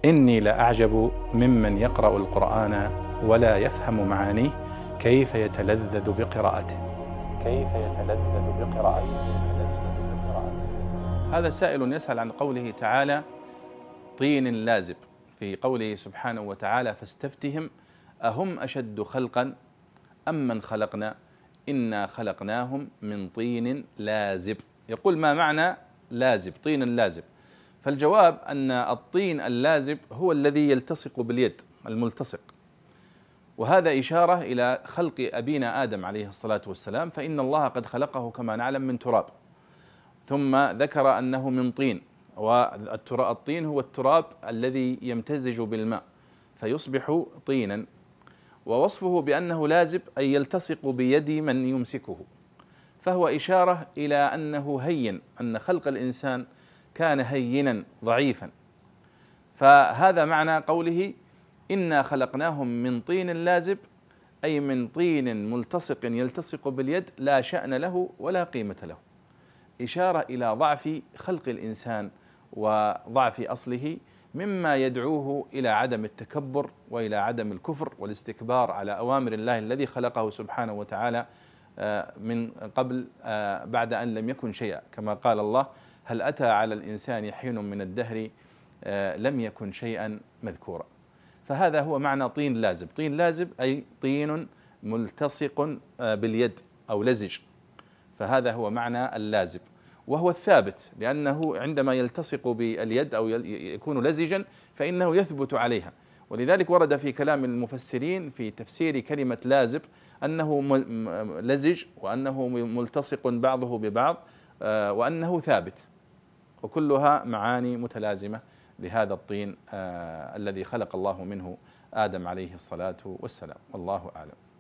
إني لأعجب ممن يقرأ القرآن ولا يفهم معانيه كيف يتلذذ بقراءته. هذا سائل يسأل عن قوله تعالى طين لازب، في قوله سبحانه وتعالى فاستفتهم أهم أشد خلقا أم من خلقنا إنا خلقناهم من طين لازب. يقول ما معنى لازب، طين اللازب؟ فالجواب أن الطين اللازب هو الذي يلتصق باليد، الملتصق، وهذا إشارة إلى خلق أبينا آدم عليه الصلاة والسلام، فإن الله قد خلقه كما نعلم من تراب، ثم ذكر أنه من طين، والطين هو التراب الذي يمتزج بالماء فيصبح طينا، ووصفه بأنه لازب أي يلتصق بيد من يمسكه، فهو إشارة إلى أنه هين، أن خلق الإنسان كان هينا ضعيفا. فهذا معنى قوله إنا خلقناهم من طين لازب، أي من طين ملتصق يلتصق باليد لا شأن له ولا قيمة له، إشارة إلى ضعف خلق الإنسان وضعف أصله، مما يدعوه إلى عدم التكبر وإلى عدم الكفر والاستكبار على أوامر الله الذي خلقه سبحانه وتعالى من قبل، بعد أن لم يكن شيئا، كما قال الله هل أتى على الإنسان حين من الدهر لم يكن شيئا مذكورا. فهذا هو معنى طين لازب. طين لازب أي طين ملتصق باليد أو لزج، فهذا هو معنى اللازب، وهو الثابت، لأنه عندما يلتصق باليد أو يكون لزجا فإنه يثبت عليها، ولذلك ورد في كلام المفسرين في تفسير كلمة لازب أنه لزج، وأنه ملتصق بعضه ببعض، وأنه ثابت، وكلها معاني متلازمة لهذا الطين الذي خلق الله منه آدم عليه الصلاة والسلام. والله أعلم.